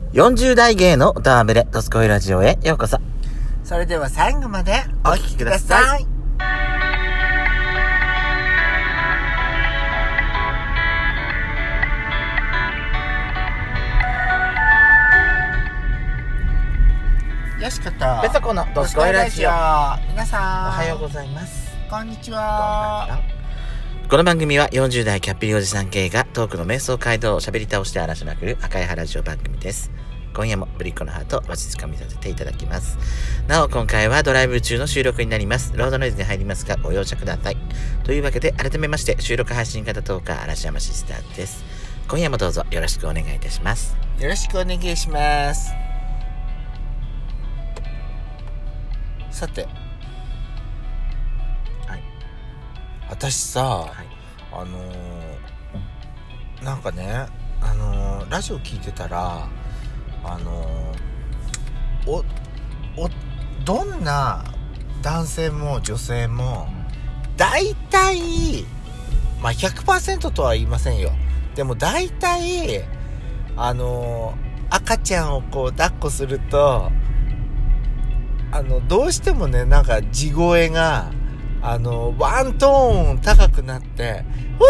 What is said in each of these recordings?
40代芸の歌はぶれ、ドスコイラジオへようこそ。 それでは最後までお聞きください。よしことペソコのドスコイラジオ。 皆さんおはようございます。 こんにちは。 この番組は40代キャッピリおじさん系がトークの瞑想街道を喋り倒して荒らしまくる赤い原ラジオ番組です。今夜もぶりっ子のハートをわしづかみさせていただきます。なお今回はドライブ中の収録になります。ロードノイズに入りますがご容赦ください。というわけで改めまして収録配信型トーカー嵐山シスターです。今夜もどうぞよろしくお願いいたします。 よろしくお願いします。さて、 はい、 私さ、 はい、 なんかね、ラジオ聞いてたらどんな男性も女性も大体100% とは言いませんよ。でも大体赤ちゃんをこう抱っこするとどうしてもね、なんか地声がワントーン高くなって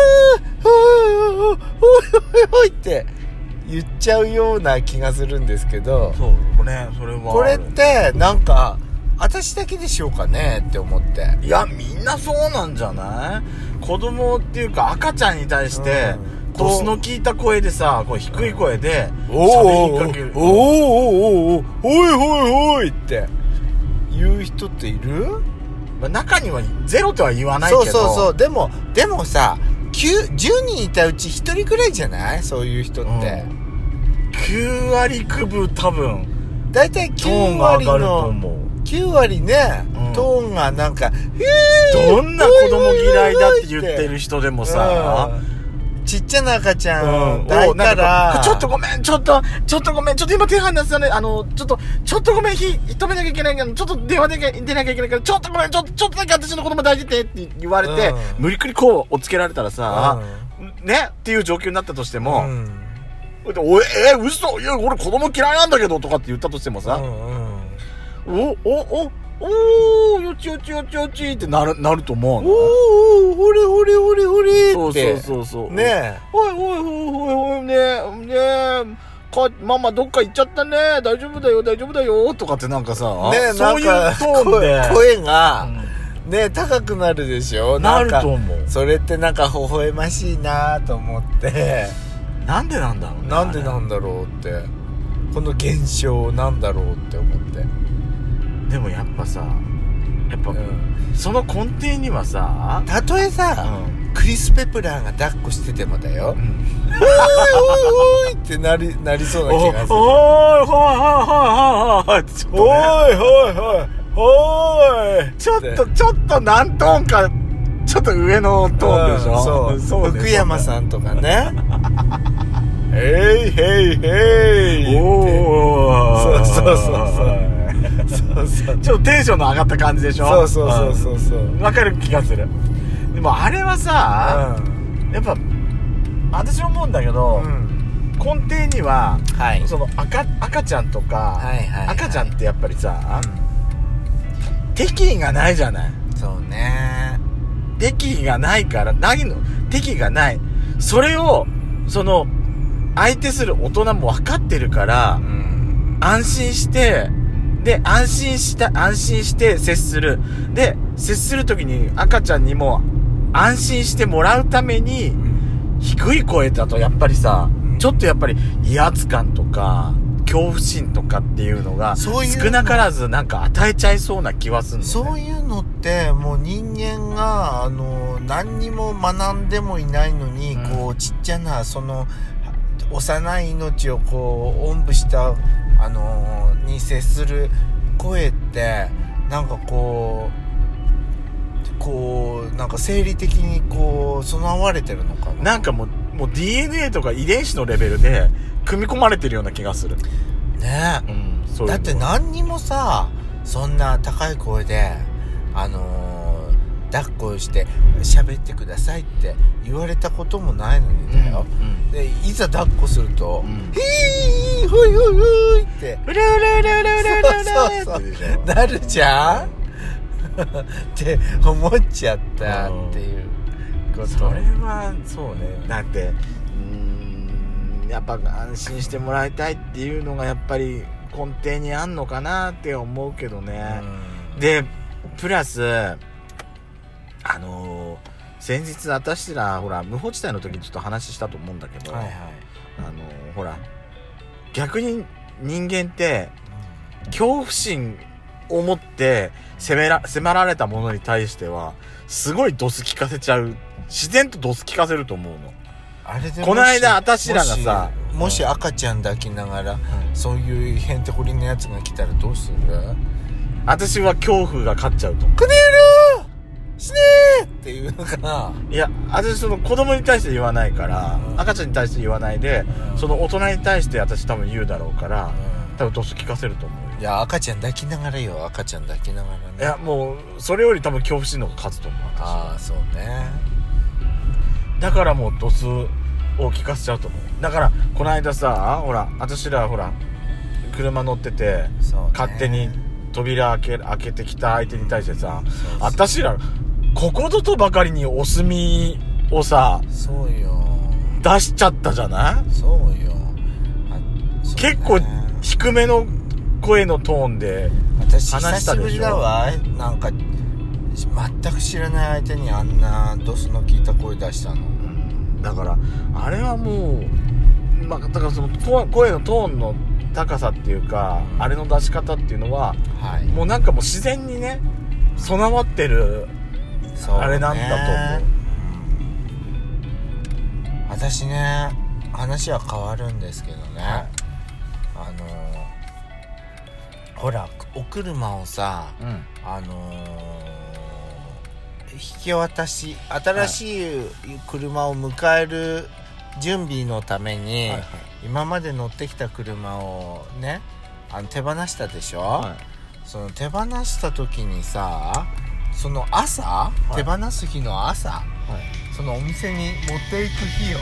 おいって言っちゃうような気がするんですけど、 そうね、それはこれってなんか私だけでしょうかねって思って。 いや、みんなそうなんじゃない？子供っていうか赤ちゃんに対してドスの効いた声でさ、こう低い声で喋りかける。 おいおいって言う人っている？ まあ、中にはゼロとは言わないけど、 そうでもさ、10人いたうち1人くらいじゃない？そういう人って、 9割9分多分だいたい9割の9割ね、トーンがなんかどんな子供嫌いだって言ってる人でもさ、 ちっちゃな赤ちゃん抱いたら、 ちょっとごめん、ちょっとごめん、ちょっと今手離すよね、ちょっとごめん、止めなきゃいけないから、ちょっと電話出なきゃいけないから、ちょっとごめん、ちょっとだけ私の子供抱いててって言われて、無理くりこう、おつけられたらさ、ねっていう状況になったとしても、嘘、いや、俺子供嫌いなんだけどとかって言ったとしてもさ、よちってなると思うの。 ほれって。 そうねえ。 おいねえ、ママどっか行っちゃったね、大丈夫だよとかってなんかさ、 ねえ、 そういうトーンで声が、ね、高くなるでしょ。 なると思う。 それってなんか微笑ましいなと思って。 なんでなんだろうね。 なんでなんだろうって。この現象なんだろうって思って。 でもやっぱその根底にはさ、 たとえさ、クリス・ペプラーが抱っこしててもだよ、おいってなりそうな気がする。おいちょっと何トーンかちょっと上のトーンでしょ。 そう福山さんとかねヘイそうちょっとテンションの上がった感じでしょ。 そうわかる気がする。でもあれはさ、やっぱ私思うんだけど、根底には、その赤ちゃんとか、赤ちゃんってやっぱりさ、敵意がないじゃない。 そうね。 敵意がないから敵意がない。それをその相手する大人も分かってるから、安心して接する。で、接するときに赤ちゃんにも安心してもらうために、低い声だとやっぱりさ、ちょっとやっぱり威圧感とか、恐怖心とかっていうのが、少なからずなんか与えちゃいそうな気はするんだよね。 そういうのって、もう人間が、何にも学んでもいないのに、こう、ちっちゃな、その、幼い命をこう、おんぶした、に接する声ってなんかこうなんか生理的にこう備われてるのかな。 なんかもう DNA とか遺伝子のレベルで組み込まれてるような気がするね。だって何にもさ、そんな高い声で抱っこして喋ってくださいって言われたこともないのにだよ、でいざ抱っこすると、ヒーほいほいほいってうるうるうるうるうるそうなるじゃんって思っちゃったっていうこと。 それはそうね。だってやっぱ安心してもらいたいっていうのがやっぱり根底にあんのかなって思うけどね。でプラス先日私らほら無法地帯の時にちょっと話したと思うんだけど、ほら逆に人間って恐怖心を持って迫られたものに対してはすごいドス聞かせちゃう、自然とドス聞かせると思うの。 あれでこの間私らがさ、 もし赤ちゃん抱きながら、そういうへんてこりんなやつが来たらどうする？ 私は恐怖が勝っちゃうと。 この野郎死ねーっていうのかな。 いや、私その子供に対して言わないから、赤ちゃんに対して言わないで、その大人に対して私多分言うだろうから、多分ドス聞かせると思うよ。 いや、赤ちゃん抱きながらよ、赤ちゃん抱きながらね。 いや、もうそれより多分恐怖心の方が勝つと思う。私は。 ああ、そうね。 だからもうドスを聞かせちゃうと思う。だからこの間さ、ほら私らほら車乗ってて、勝手に扉開けてきた相手に対してさ、私らここぞとばかりにお墨をさ、 そうよ、 出しちゃったじゃない？ そうよ。 結構低めの声のトーンで話したでしょ。 私久しぶりだわ。なんか全く知らない相手にあんなドスの効いた声出したの。 だからあれはもう、だからその声のトーンの高さっていうか、あれの出し方っていうのは、もうなんかもう自然にね備わってる、あれなんだと思う。 私ね、話は変わるんですけどね、ほらお車をさ、引き渡し、新しい車を迎える準備のために、今まで乗ってきた車をね、手放したでしょ、その手放した時にさ、その朝、手放す日の朝、そのお店に持っていく日よ、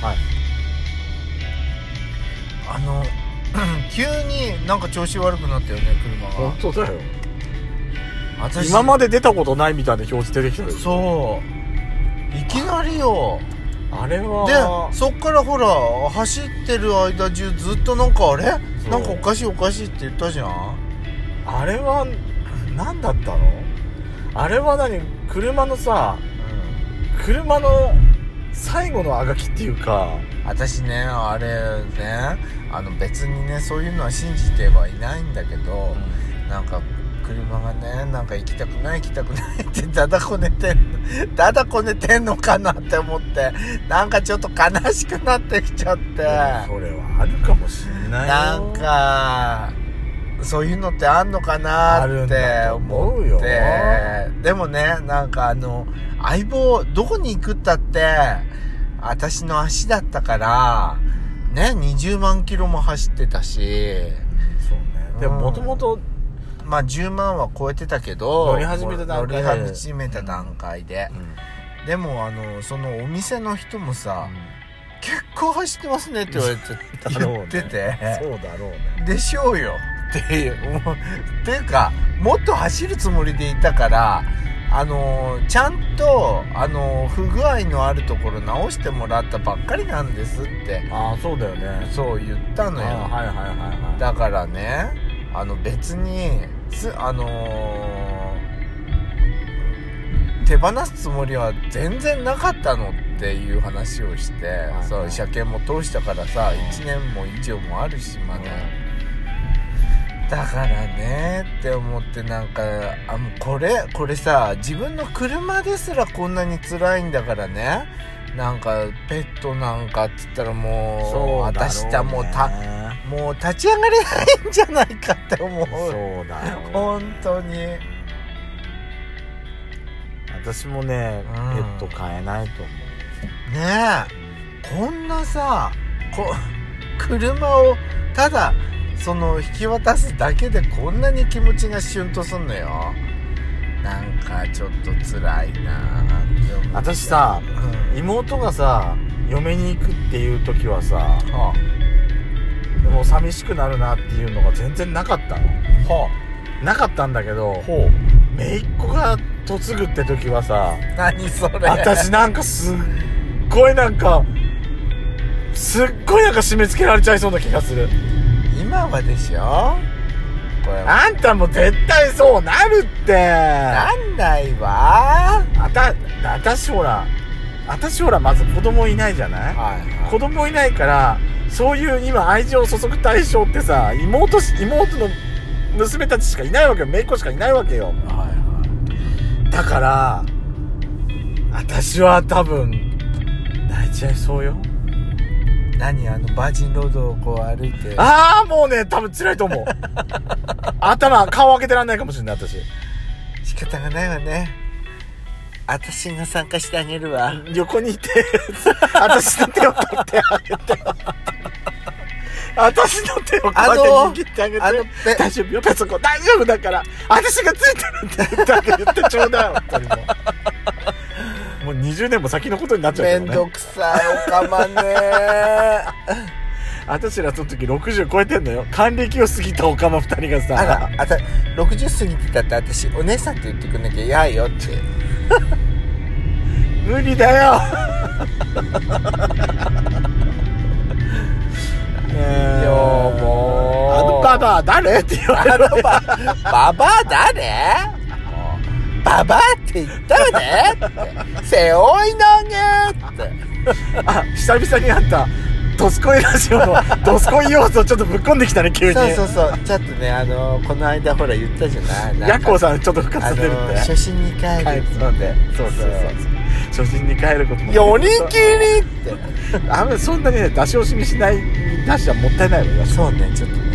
急になんか調子悪くなったよね、車が。 本当だよ。今まで出たことないみたいな表示出てきたでしょ。 そう、いきなりよ。 あれはで、そっからほら走ってる間中ずっとなんか、あれなんかおかしいおかしいって言ったじゃん。 あれは何だったの？あれは車のさ、車の最後のあがきっていうか、 私ね、あれね、別にねそういうのは信じてはいないんだけど、なんか車がね、なんか行きたくないってだだこねてんのかなって思って、なんかちょっと悲しくなってきちゃって。それはあるかもしれないよ。 なんかそういうのってあんのかなって思って。でもね、なんか相棒どこに行くったって私の足だったからね、20万キロも走ってたし。そうね。 でももともと 10万は超えてたけど、 乗り始めた段階で、でもそのお店の人もさ、結構走ってますねって言ってて、 そうだろうね。 でしょうよっていうか、もっと走るつもりでいたから、ちゃんと不具合のあるところ直してもらったばっかりなんですって。 そうだよね。 そう言ったのよ。だからね、別に手放すつもりは全然なかったのっていう話をして、そう、車検も通したからさ、1年も以上もあるし、まだ。だからねって思って、なんかこれさ、自分の車ですらこんなに辛いんだからね、なんかペットなんかっつったらもう私はもう立ち上がれないんじゃないかって思う。 そうだよ。 本当に。 私もね、ペット飼えないと思う。 ねえ、こんなさ、車をただその引き渡すだけでこんなに気持ちがシュンとすんのよ。 なんかちょっと辛いなって思って。 私さ、妹がさ嫁に行くっていう時はさ、もう寂しくなるなっていうのが全然なかったの。なかったんだけど、姪っ子が嫁ぐって時はさ、 何それ。 私なんかすっごい締め付けられちゃいそうな気がする。 今はでしょ。これあんたも絶対そうなるって。 なんないわ。 私ほらまず子供いないじゃない、子供いないからそういう今愛情を注ぐ対象ってさ、妹の娘たちしかいないわけよ。姪っ子しかいないわけよ。だから私は多分泣いちゃいそうよ。 何バージンロードをこう歩いて。 もうね多分辛いと思う。顔開けてらんないかもしれない。私仕方がないわね。私が参加してあげるわ。 横にいて私の手を取ってあげて私の手をこうやって握ってあげて、大丈夫よペソコ、大丈夫だから私がついてるって言ってちょうだい。本当にもう20年も先のことになっちゃうけどね。 めんどくさいおかまね私らその時60超えてんのよ。還暦を過ぎたおかま2人がさ、 60過ぎてたって私お姉さんって言ってくんなきゃ嫌よって無理だよもうババア誰って言われる。 ババア誰？ババアって言ったよねって背負い投げって久々にあんたドスコイラジオのドスコイ要素をちょっとぶっ込んできたね急に。 そうちょっとねこの間ほら言ったじゃない。 ヤッコーさんちょっと復活させるって、 初心に帰るってそう初心に帰ることも 4人きりってそんなにね出し惜しみしない出しはもったいないわよ。 そうねちょっとね